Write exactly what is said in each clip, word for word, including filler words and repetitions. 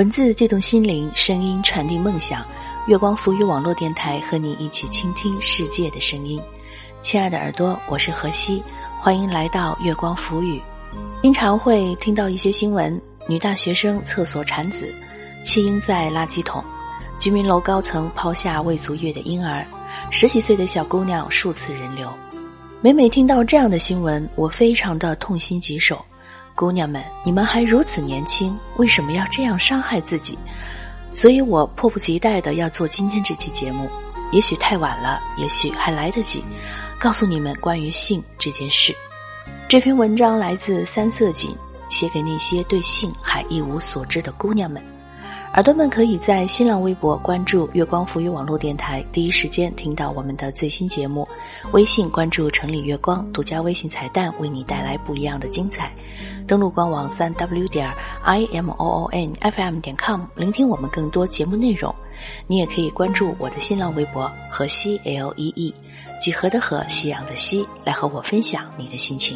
文字悸动心灵，声音传递梦想。月光浮语网络电台和你一起倾听世界的声音。亲爱的耳朵，我是何西，欢迎来到月光浮语。经常会听到一些新闻，女大学生厕所产子，弃婴在垃圾桶，居民楼高层抛下未足月的婴儿，十几岁的小姑娘数次人流。每每听到这样的新闻，我非常的痛心疾首。姑娘们，你们还如此年轻，为什么要这样伤害自己？所以我迫不及待的要做今天这期节目。也许太晚了，也许还来得及，告诉你们关于性这件事。这篇文章来自三色堇，写给那些对性还一无所知的姑娘们。耳朵们可以在新浪微博关注月光浮语网络电台，第一时间听到我们的最新节目。微信关注城里月光，独家微信彩蛋为你带来不一样的精彩。登录官网 三 w 点 i m o o n f m 点 com 聆听我们更多节目内容。你也可以关注我的新浪微博何西 L E E 几何的何，夕阳的夕，来和我分享你的心情。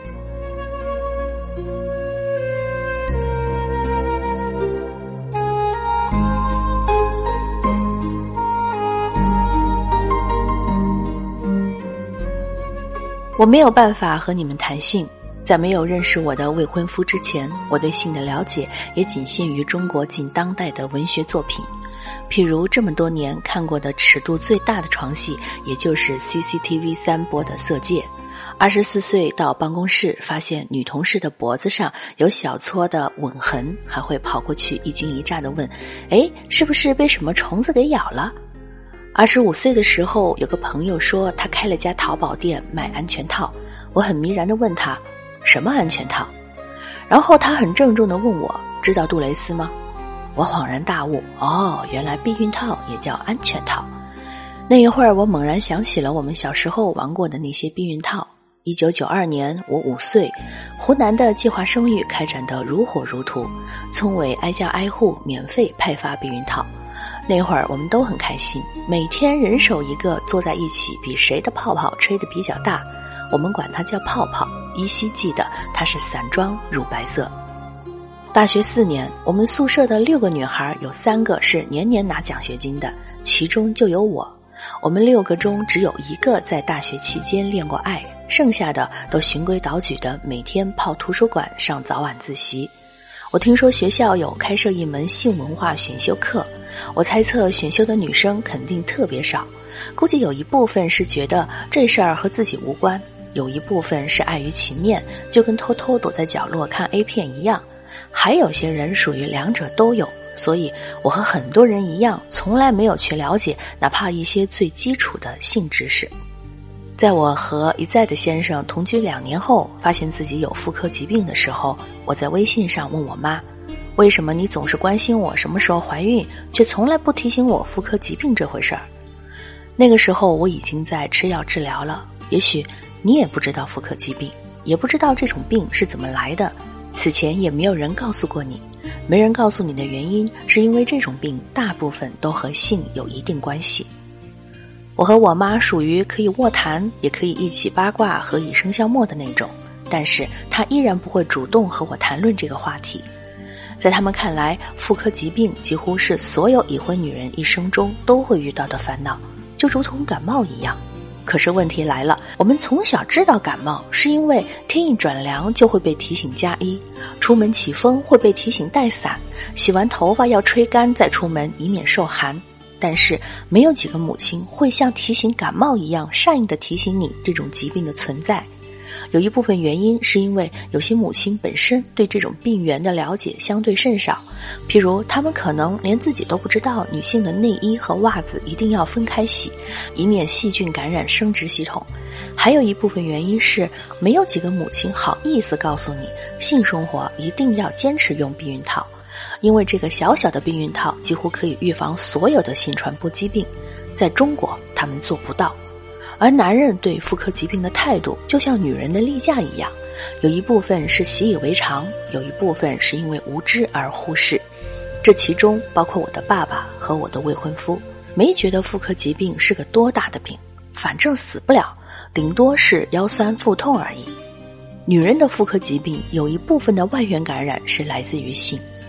我没有办法和你们谈性，在没有认识我的未婚夫之前，我对性的了解也仅限于中国近当代的文学作品，譬如这么多年看过的尺度最大的床戏，也就是 C C T V 三播的《色戒》。二十四岁到办公室发现女同事的脖子上有小撮的吻痕，还会跑过去一惊一乍地问：诶，是不是被什么虫子给咬了？二十五岁的时候，有个朋友说他开了家淘宝店卖安全套，我很迷然地问他什么安全套，然后他很郑重地问我知道杜蕾斯吗？我恍然大悟，哦，原来避孕套也叫安全套。那一会儿我猛然想起了我们小时候玩过的那些避孕套。一九九二年我五岁，湖南的计划生育开展得如火如荼，村委挨家挨户免费派发避孕套。那会儿我们都很开心，每天人手一个，坐在一起比谁的泡泡吹得比较大，我们管它叫泡泡，依稀记得它是散装乳白色。大学四年，我们宿舍的六个女孩有三个是年年拿奖学金的，其中就有我。我们六个中只有一个在大学期间恋过爱，剩下的都循规蹈矩的每天泡图书馆上早晚自习。我听说学校有开设一门性文化选修课，我猜测选修的女生肯定特别少，估计有一部分是觉得这事儿和自己无关，有一部分是碍于情面，就跟偷偷躲在角落看 A 片一样，还有些人属于两者都有。所以我和很多人一样，从来没有去了解哪怕一些最基础的性知识。在我和一再的先生同居两年后，发现自己有妇科疾病的时候，我在微信上问我妈，为什么你总是关心我什么时候怀孕，却从来不提醒我妇科疾病这回事儿？那个时候我已经在吃药治疗了，也许你也不知道妇科疾病，也不知道这种病是怎么来的，此前也没有人告诉过你。没人告诉你的原因，是因为这种病大部分都和性有一定关系。我和我妈属于可以卧谈，也可以一起八卦和以生相莫的那种，但是她依然不会主动和我谈论这个话题。在他们看来，妇科疾病几乎是所有已婚女人一生中都会遇到的烦恼，就如同感冒一样。可是问题来了，我们从小知道感冒是因为天一转凉就会被提醒加衣，出门起风会被提醒带伞，洗完头发要吹干再出门以免受寒。但是没有几个母亲会像提醒感冒一样善意地提醒你这种疾病的存在。有一部分原因是因为有些母亲本身对这种病源的了解相对甚少，譬如她们可能连自己都不知道女性的内衣和袜子一定要分开洗，以免细菌感染生殖系统。还有一部分原因是没有几个母亲好意思告诉你性生活一定要坚持用避孕套，因为这个小小的避孕套几乎可以预防所有的性传播疾病，在中国他们做不到。而男人对妇科疾病的态度就像女人的例假一样，有一部分是习以为常，有一部分是因为无知而忽视。这其中包括我的爸爸和我的未婚夫，没觉得妇科疾病是个多大的病，反正死不了，顶多是腰酸腹痛而已。女人的妇科疾病有一部分的外源感染是来自于性，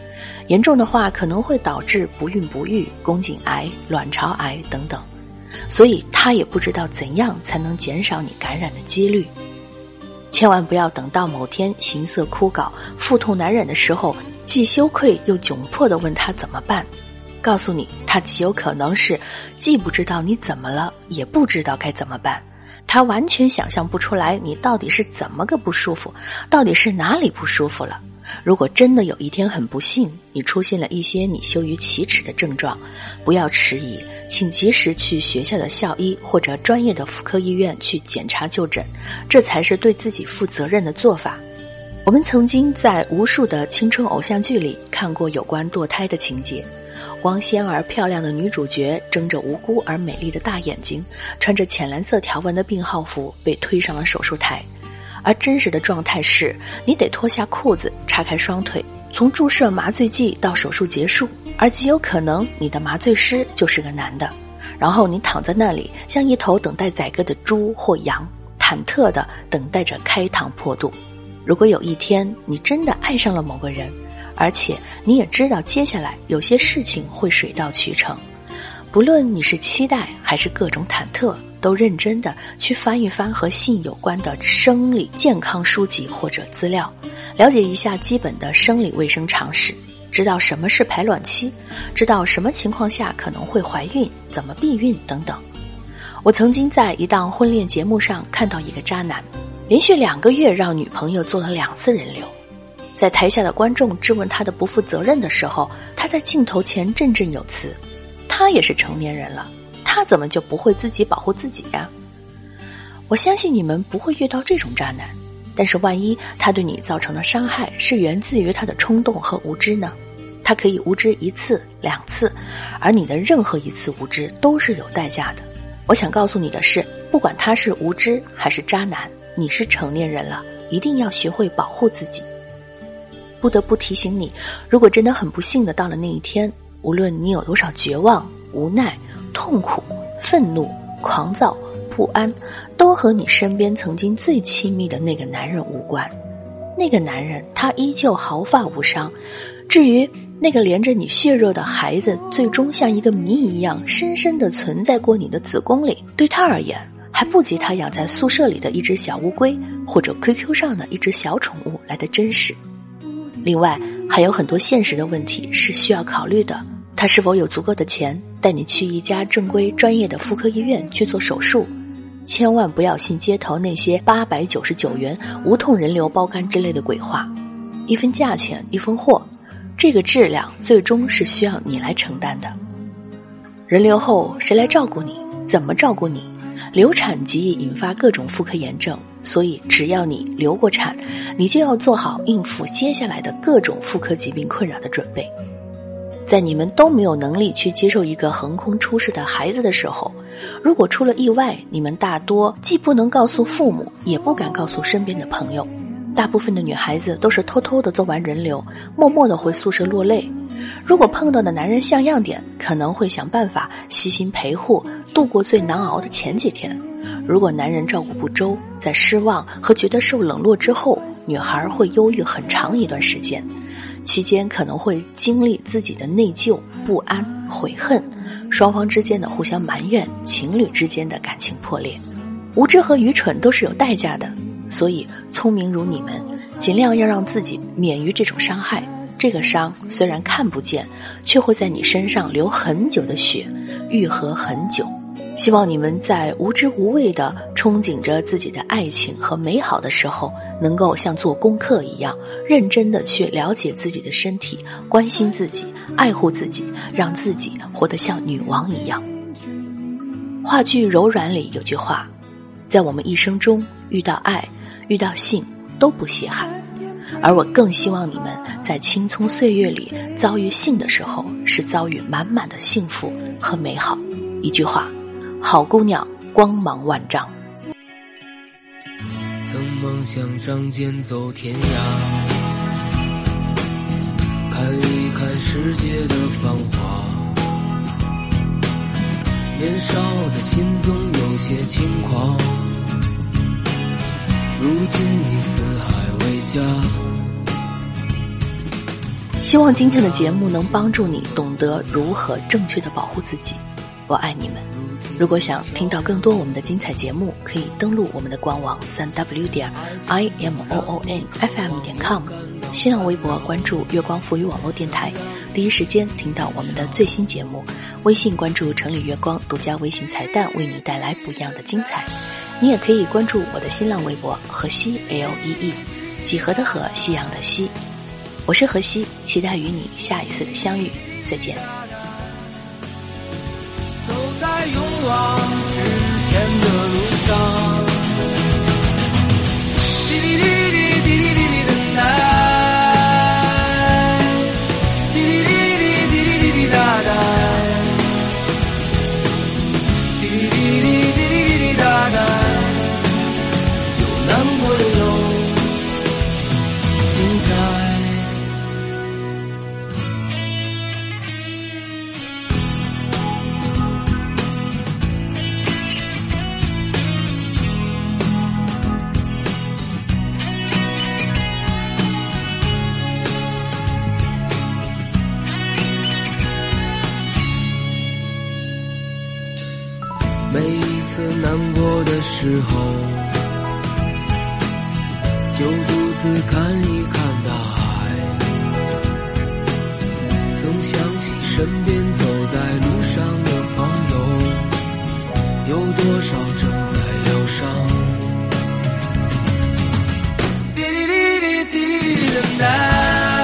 严重的话可能会导致不孕不育、宫颈癌、卵巢癌等等。所以他也不知道怎样才能减少你感染的几率。千万不要等到某天形色枯槁、腹痛难忍的时候，既羞愧又窘迫地问他怎么办。告诉你，他极有可能是既不知道你怎么了，也不知道该怎么办。他完全想象不出来你到底是怎么个不舒服，到底是哪里不舒服了。如果真的有一天很不幸，你出现了一些你羞于启齿的症状，不要迟疑，请及时去学校的校医或者专业的妇科医院去检查就诊，这才是对自己负责任的做法。我们曾经在无数的青春偶像剧里看过有关堕胎的情节，光鲜而漂亮的女主角睁着无辜而美丽的大眼睛，穿着浅蓝色条纹的病号服被推上了手术台。而真实的状态是，你得脱下裤子，叉开双腿，从注射麻醉剂到手术结束，而极有可能你的麻醉师就是个男的。然后你躺在那里，像一头等待宰割的猪或羊，忐忑地等待着开膛破肚。如果有一天你真的爱上了某个人，而且你也知道接下来有些事情会水到渠成，不论你是期待还是各种忐忑，都认真的去翻一翻和性有关的生理健康书籍或者资料，了解一下基本的生理卫生常识，知道什么是排卵期，知道什么情况下可能会怀孕，怎么避孕等等。我曾经在一档婚恋节目上看到一个渣男，连续两个月让女朋友做了两次人流。在台下的观众质问他的不负责任的时候，他在镜头前振振有词，他也是成年人了，他怎么就不会自己保护自己呀？我相信你们不会遇到这种渣男，但是万一他对你造成的伤害是源自于他的冲动和无知呢？他可以无知一次、两次，而你的任何一次无知都是有代价的。我想告诉你的是，不管他是无知还是渣男，你是成年人了，一定要学会保护自己。不得不提醒你，如果真的很不幸的到了那一天，无论你有多少绝望、无奈、痛苦、愤怒、狂躁、不安，都和你身边曾经最亲密的那个男人无关。那个男人他依旧毫发无伤，至于那个连着你血肉的孩子最终像一个谜一样深深地存在过你的子宫里，对他而言还不及他养在宿舍里的一只小乌龟或者 Q Q 上的一只小宠物来的真实。另外还有很多现实的问题是需要考虑的，他是否有足够的钱带你去一家正规专业的妇科医院去做手术，千万不要信街头那些八百九十九元无痛人流包干之类的鬼话。一分价钱一分货，这个质量最终是需要你来承担的。人流后谁来照顾你，怎么照顾你？流产极易引发各种妇科炎症，所以只要你流过产，你就要做好应付接下来的各种妇科疾病困扰的准备。在你们都没有能力去接受一个横空出世的孩子的时候，如果出了意外，你们大多既不能告诉父母，也不敢告诉身边的朋友。大部分的女孩子都是偷偷的做完人流，默默的回宿舍落泪。如果碰到的男人像样点，可能会想办法悉心陪护，度过最难熬的前几天。如果男人照顾不周，在失望和觉得受冷落之后，女孩会忧郁很长一段时间，期间可能会经历自己的内疚、不安、悔恨，双方之间的互相埋怨，情侣之间的感情破裂。无知和愚蠢都是有代价的，所以聪明如你们，尽量要让自己免于这种伤害。这个伤虽然看不见，却会在你身上流很久的血，愈合很久。希望你们在无知无畏地憧憬着自己的爱情和美好的时候，能够像做功课一样，认真地去了解自己的身体，关心自己，爱护自己，让自己活得像女王一样。话剧《柔软》里有句话，在我们一生中遇到爱，遇到性都不稀罕，而我更希望你们在青葱岁月里遭遇性的时候，是遭遇满满的幸福和美好。一句话，好姑娘光芒万丈。 曾梦想仗剑走天涯，看一看世界的繁华，年少的心总有些轻狂，如今你四海为家。 希望今天的节目能帮助你懂得如何正确的保护自己。我爱你们。如果想听到更多我们的精彩节目，可以登录我们的官网 三 w 点 i m o o n f m 点 com， 新浪微博关注月光浮语网络电台，第一时间听到我们的最新节目。微信关注城里月光，独家微信彩蛋，为你带来不一样的精彩。你也可以关注我的新浪微博荷西 L E E， 几何的河，夕阳的西。我是荷西，期待与你下一次的相遇，再见。 走在勇往直前的路上，滴滴滴滴滴滴滴滴等待，滴滴滴滴滴滴滴滴哒哒，滴滴滴滴滴滴滴哒哒，有难过也有精彩。每一次难过的时候，就独自看一看大海，总想起身边走在路上的朋友，有多少正在疗伤。滴滴滴滴滴滴等待，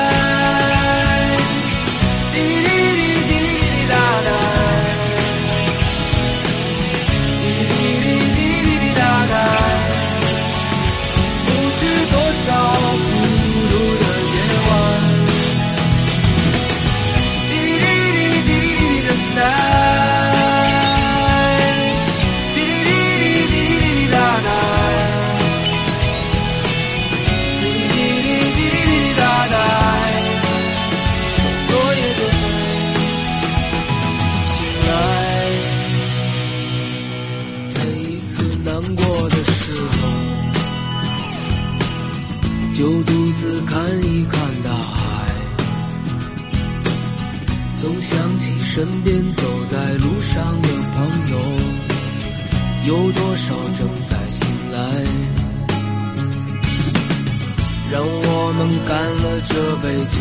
就独自看一看大海，总想起身边走在路上的朋友，有多少正在醒来。让我们干了这杯酒，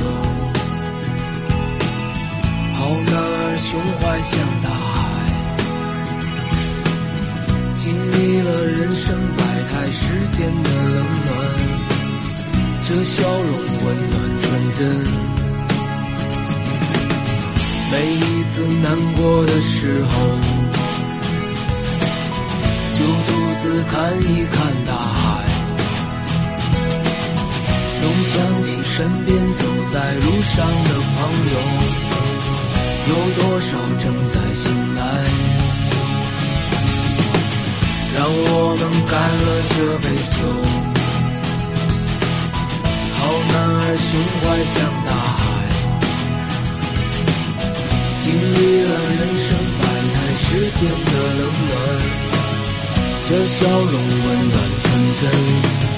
好男儿胸怀像大海，经历了人生百态世间的冷暖，这笑容温暖纯真。每一次难过的时候，就独自看一看大海，总想起身边走在路上的朋友，有多少正在醒来。让我们干了这杯酒，好男儿胸怀像大海，经历了人生百态世间的冷暖，这笑容温暖纯真。